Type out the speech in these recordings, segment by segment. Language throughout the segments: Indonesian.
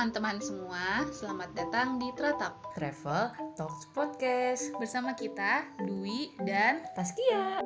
teman-teman semua, selamat datang di Tratap Travel Talks Podcast bersama kita, Dwi dan Taskia.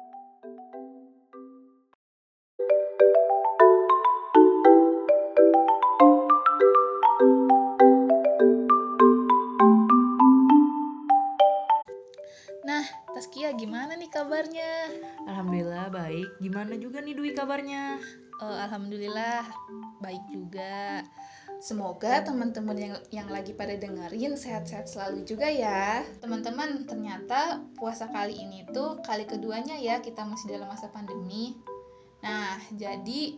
Nah, Taskia gimana nih kabarnya? Alhamdulillah baik. Gimana juga nih Dwi kabarnya? Alhamdulillah baik juga. Semoga teman-teman yang lagi pada dengerin sehat-sehat selalu juga ya. Teman-teman, ternyata puasa kali ini tuh kali keduanya ya kita masih dalam masa pandemi. Nah, jadi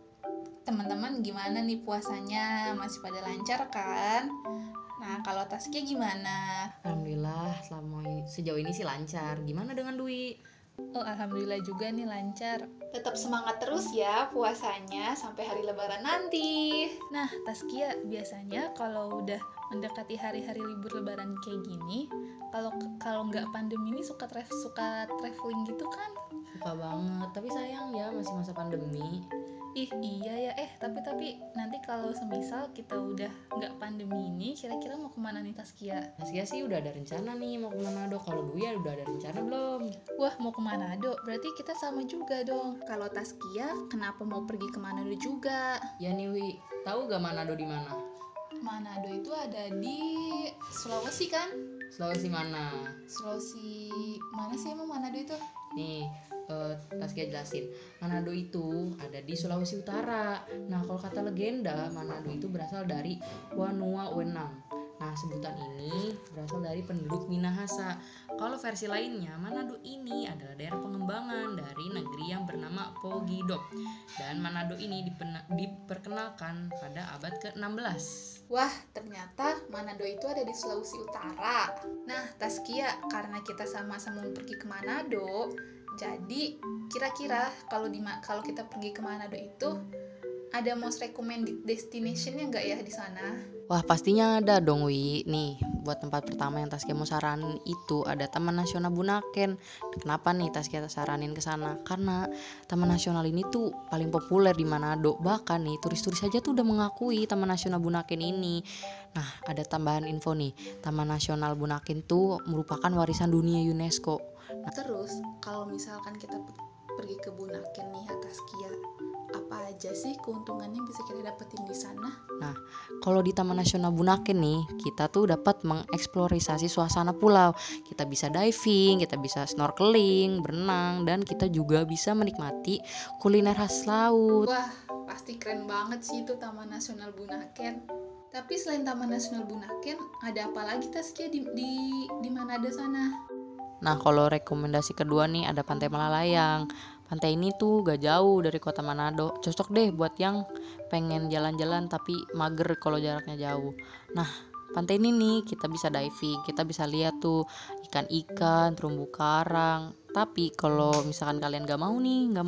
teman-teman gimana nih puasanya? Masih pada lancar kan? Nah, kalau Taskia gimana? Alhamdulillah sejauh ini sih lancar. Gimana dengan Dwi? Alhamdulillah juga nih lancar. Tetap semangat terus ya puasanya sampai hari lebaran nanti. Nah, Taskia, biasanya kalau udah mendekati hari-hari libur lebaran kayak gini, kalau nggak pandemi ini suka traveling gitu kan? Suka banget, tapi sayang ya masih masa pandemi. Ih, iya ya. Tapi nanti kalau semisal kita udah nggak pandemi ini, kira-kira mau kemana nih Taskia? Taskia sih udah ada rencana nih mau ke Manado. Kalau Dwi ya udah ada rencana belum? Wah, mau ke Manado? Berarti kita sama juga dong. Kalau Taskia, kenapa mau pergi ke Manado juga? Ya nih Wi, tahu gak Manado di mana? Manado itu ada di Sulawesi kan? Sulawesi mana? Sulawesi mana sih emang Manado itu? Nih, Taskia jelasin. Manado itu ada di Sulawesi Utara. Nah, kalau kata legenda, Manado itu berasal dari Wanua Wenang. Nah, sebutan ini berasal dari penduduk Minahasa. Kalau versi lainnya, Manado ini adalah daerah pengembangan dari negeri yang bernama Pogidop. Dan Manado ini diperkenalkan pada abad ke-16. Wah, ternyata Manado itu ada di Sulawesi Utara. Nah, Taskia, karena kita sama-sama mau pergi ke Manado, jadi kira-kira kalau kita pergi ke Manado itu ada most recommended destination-nya nggak ya di sana? Wah, pastinya ada dong Wi. Nih, buat tempat pertama yang Taskia mau saranin itu ada Taman Nasional Bunaken. Kenapa nih Taskia saranin ke sana? Karena Taman Nasional ini tuh paling populer di Manado. Bahkan nih turis-turis aja tuh udah mengakui Taman Nasional Bunaken ini. Nah, ada tambahan info nih. Taman Nasional Bunaken tuh merupakan warisan dunia UNESCO. Terus, kalau misalkan kita pergi ke Bunaken nih ya Taskia, apa aja sih keuntungannya bisa kita dapetin di sana? Nah, kalau di Taman Nasional Bunaken nih, kita tuh dapat mengeksplorasi suasana pulau. Kita bisa diving, kita bisa snorkeling, berenang, dan kita juga bisa menikmati kuliner khas laut. Wah, pasti keren banget sih itu Taman Nasional Bunaken. Tapi selain Taman Nasional Bunaken, ada apa lagi Taskia di Manado sana? Nah, kalau rekomendasi kedua nih ada Pantai Malalayang. Pantai ini tuh gak jauh dari kota Manado. Cocok deh buat yang pengen jalan-jalan tapi mager kalau jaraknya jauh. Nah, pantai ini nih kita bisa diving, kita bisa lihat tuh ikan-ikan, terumbu karang. Tapi kalau misalkan kalian gak mau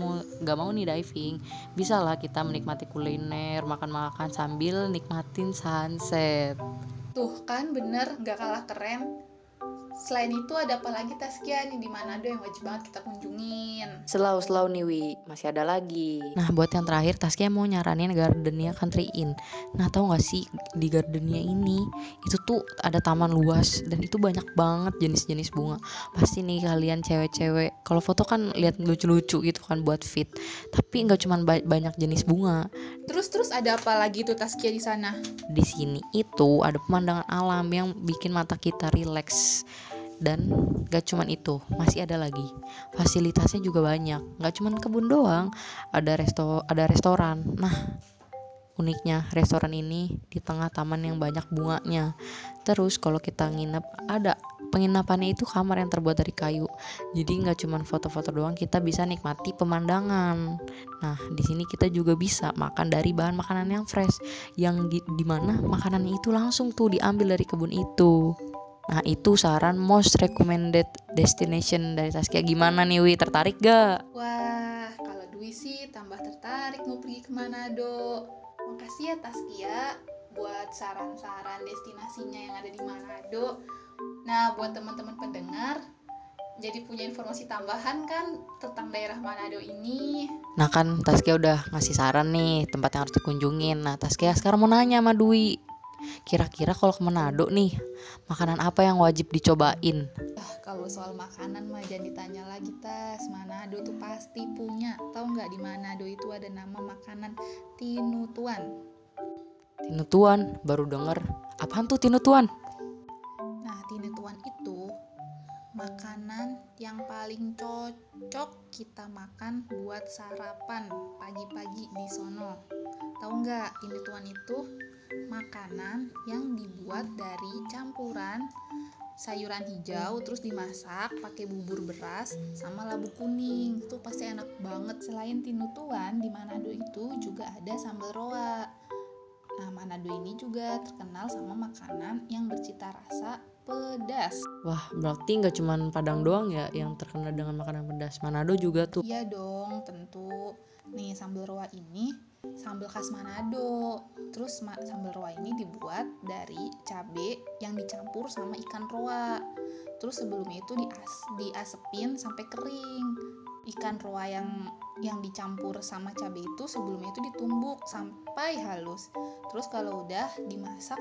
nih diving, bisa lah kita menikmati kuliner, makan-makan sambil nikmatin sunset. Tuh kan bener, gak kalah keren. Selain itu ada apa lagi Taskia nih di Manado yang wajib banget kita kunjungin? Selau nih Wi, masih ada lagi. Nah, buat yang terakhir Taskia mau nyaranin Gardenia Country Inn. Nah, tahu gak sih di Gardenia ini itu tuh ada taman luas dan itu banyak banget jenis-jenis bunga. Pasti nih kalian cewek-cewek kalau foto kan lihat lucu-lucu gitu kan buat fit. Tapi nggak cuma banyak jenis bunga. Terus ada apa lagi tuh Taskia di sana? Di sini itu ada pemandangan alam yang bikin mata kita rileks. Dan gak cuman itu, masih ada lagi. Fasilitasnya juga banyak. Gak cuman kebun doang, ada restoran. Nah, uniknya restoran ini di tengah taman yang banyak bunganya. Terus kalau kita nginep, ada penginapannya itu kamar yang terbuat dari kayu. Jadi gak cuman foto-foto doang, kita bisa nikmati pemandangan. Nah, di sini kita juga bisa makan dari bahan makanan yang fresh, yang dimana makanannya itu langsung tuh diambil dari kebun itu. Nah, itu saran most recommended destination dari Taskia. Gimana nih Wi, tertarik gak? Wah, kalau Dwi sih tambah tertarik mau pergi ke Manado. Makasih ya Taskia buat saran-saran destinasinya yang ada di Manado. Nah, buat teman-teman pendengar, jadi punya informasi tambahan kan tentang daerah Manado ini. Nah kan Taskia udah ngasih saran nih tempat yang harus dikunjungin. Nah Taskia sekarang mau nanya sama Dwi, kira-kira kalau ke Manado nih, makanan apa yang wajib dicobain? Kalau soal makanan mah jangan ditanya lagi, Tas. Manado tuh pasti punya. Tahu nggak, di Manado itu ada nama makanan tinutuan. Tinutuan, baru denger. Apaan tuh tinutuan? Nah, tinutuan itu makanan yang paling cocok kita makan buat sarapan pagi-pagi di sono. Tahu nggak, tinutuan itu makanan yang dibuat dari campuran sayuran hijau terus dimasak pakai bubur beras sama labu kuning. Itu pasti enak banget. Selain tinutuan, di Manado itu juga ada sambal roa. Nah, Manado ini juga terkenal sama makanan yang bercita rasa pedas. Wah, berarti nggak cuman Padang doang ya yang terkenal dengan makanan pedas. Manado juga tuh. Iya dong, tentu. Nih, sambal roa ini sambal khas Manado. Terus sambal roa ini dibuat dari cabai yang dicampur sama ikan roa. Terus sebelumnya itu diasepin sampai kering. Ikan roa yang dicampur sama cabai itu sebelumnya itu ditumbuk sampai halus. Terus kalau udah dimasak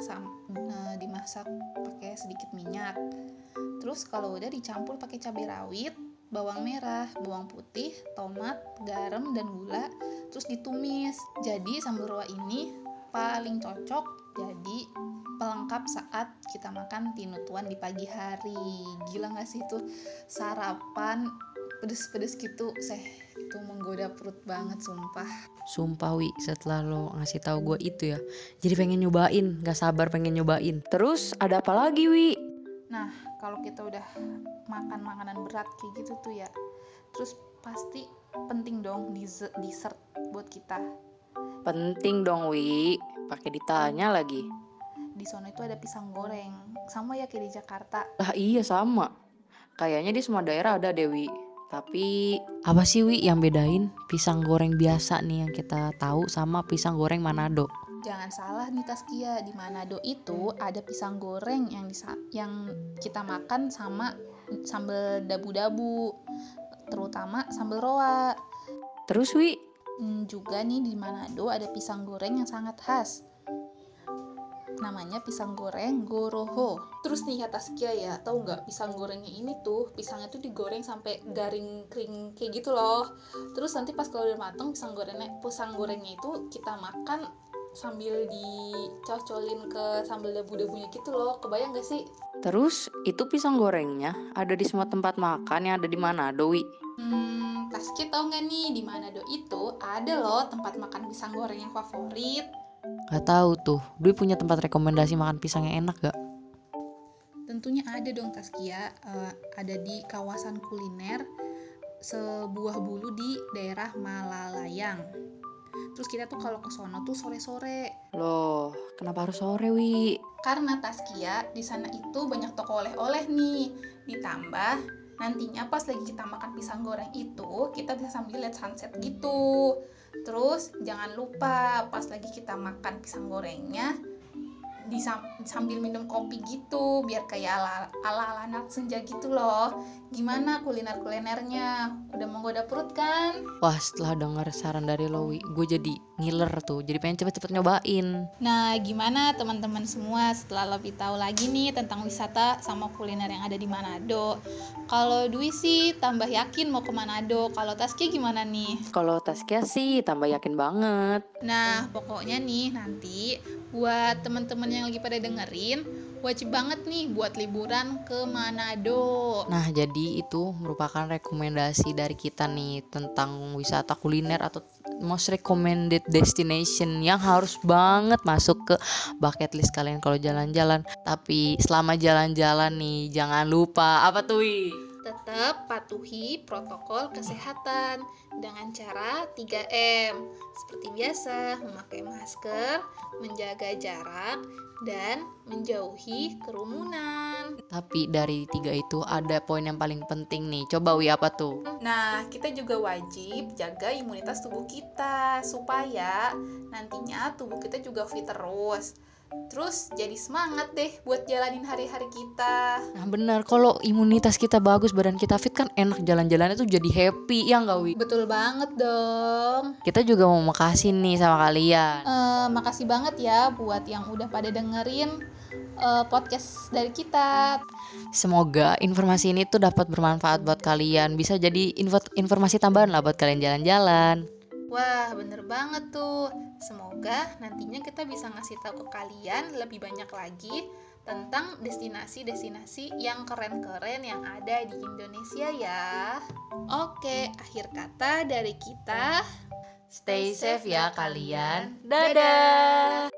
pakai sedikit minyak. Terus kalau udah dicampur pakai cabai rawit, bawang merah, bawang putih, tomat, garam, dan gula, terus ditumis. Jadi sambal roa ini paling cocok jadi pelengkap saat kita makan tinutuan di pagi hari. Gila gak sih itu sarapan pedes-pedes gitu, itu menggoda perut banget, sumpah. Sumpah Wi, setelah lo ngasih tahu gue itu ya, jadi pengen nyobain, gak sabar pengen nyobain. Terus ada apa lagi Wi? Nah, kalau kita udah makan makanan berat kayak gitu tuh ya, terus pasti penting dong dessert buat kita. Penting dong Wi, pakai ditanya lagi. Di sana itu ada pisang goreng, sama ya kayak di Jakarta. Lah iya sama, kayaknya di semua daerah ada Dewi. Tapi apa sih Wi yang bedain pisang goreng biasa nih yang kita tahu sama pisang goreng Manado? Jangan salah nih Taskia, di Manado itu ada pisang goreng yang kita makan sama sambal dabu-dabu, terutama sambal roa. Terus Wi? Juga nih di Manado ada pisang goreng yang sangat khas. Namanya pisang goreng goroho. Terus nih kata Taskia ya, tahu nggak, pisang gorengnya ini tuh pisangnya tuh digoreng sampai garing kering kayak gitu loh. Terus nanti pas kalau udah mateng pisang gorengnya itu kita makan sambil dicocolin ke sambal dabu-dabunya gitu loh. Kebayang gak sih? Terus itu pisang gorengnya ada di semua tempat makan yang ada di Manado Wi? Taskia tahu nggak nih, di Manado itu ada loh tempat makan pisang goreng yang favorit. Gak tahu tuh, Dwi punya tempat rekomendasi makan pisang yang enak gak? Tentunya ada dong Taskia, ada di kawasan kuliner sebuah bulu di daerah Malalayang. Terus kita tuh kalau ke sono tuh sore-sore. Loh, kenapa harus sore Wi? Karena Taskia di sana itu banyak toko oleh-oleh nih. Ditambah nantinya pas lagi kita makan pisang goreng itu kita bisa sambil lihat sunset gitu. Terus jangan lupa pas lagi kita makan pisang gorengnya sambil minum kopi gitu, biar kayak ala anak senja gitu loh. Gimana kulinernya? Udah menggoda perut kan? Wah, setelah dengar saran dari Lowi, gue jadi ngiler tuh, jadi pengen cepet-cepet nyobain. Nah, gimana teman-teman semua setelah lebih tahu lagi nih tentang wisata sama kuliner yang ada di Manado? Kalau Dwi sih tambah yakin mau ke Manado. Kalau Taskia gimana nih? Kalau Taskia sih tambah yakin banget. Nah, pokoknya nih nanti buat teman-teman yang lagi pada dengerin, wajib banget nih buat liburan ke Manado. Nah, jadi itu merupakan rekomendasi dari kita nih tentang wisata kuliner atau most recommended destination yang harus banget masuk ke bucket list kalian kalau jalan-jalan. Tapi selama jalan-jalan nih jangan lupa apa tuh Wi? Tetap patuhi protokol kesehatan dengan cara 3M. Seperti biasa, memakai masker, menjaga jarak, dan menjauhi kerumunan. Tapi dari 3 itu ada poin yang paling penting nih. Coba Wi, apa tuh? Nah, kita juga wajib jaga imunitas tubuh kita supaya nantinya tubuh kita juga fit terus. Terus jadi semangat deh buat jalanin hari-hari kita. Nah benar, kalau imunitas kita bagus, badan kita fit kan enak jalan-jalan itu jadi happy, ya nggak Wi? Betul banget dong. Kita juga mau makasih nih sama kalian. Makasih banget ya buat yang udah pada dengerin podcast dari kita. Semoga informasi ini tuh dapat bermanfaat buat kalian. Bisa jadi informasi tambahan lah buat kalian jalan-jalan. Wah, bener banget tuh. Semoga nantinya kita bisa ngasih tahu ke kalian lebih banyak lagi tentang destinasi-destinasi yang keren-keren yang ada di Indonesia ya. Oke, akhir kata dari kita. Stay safe ya kalian. Dadah.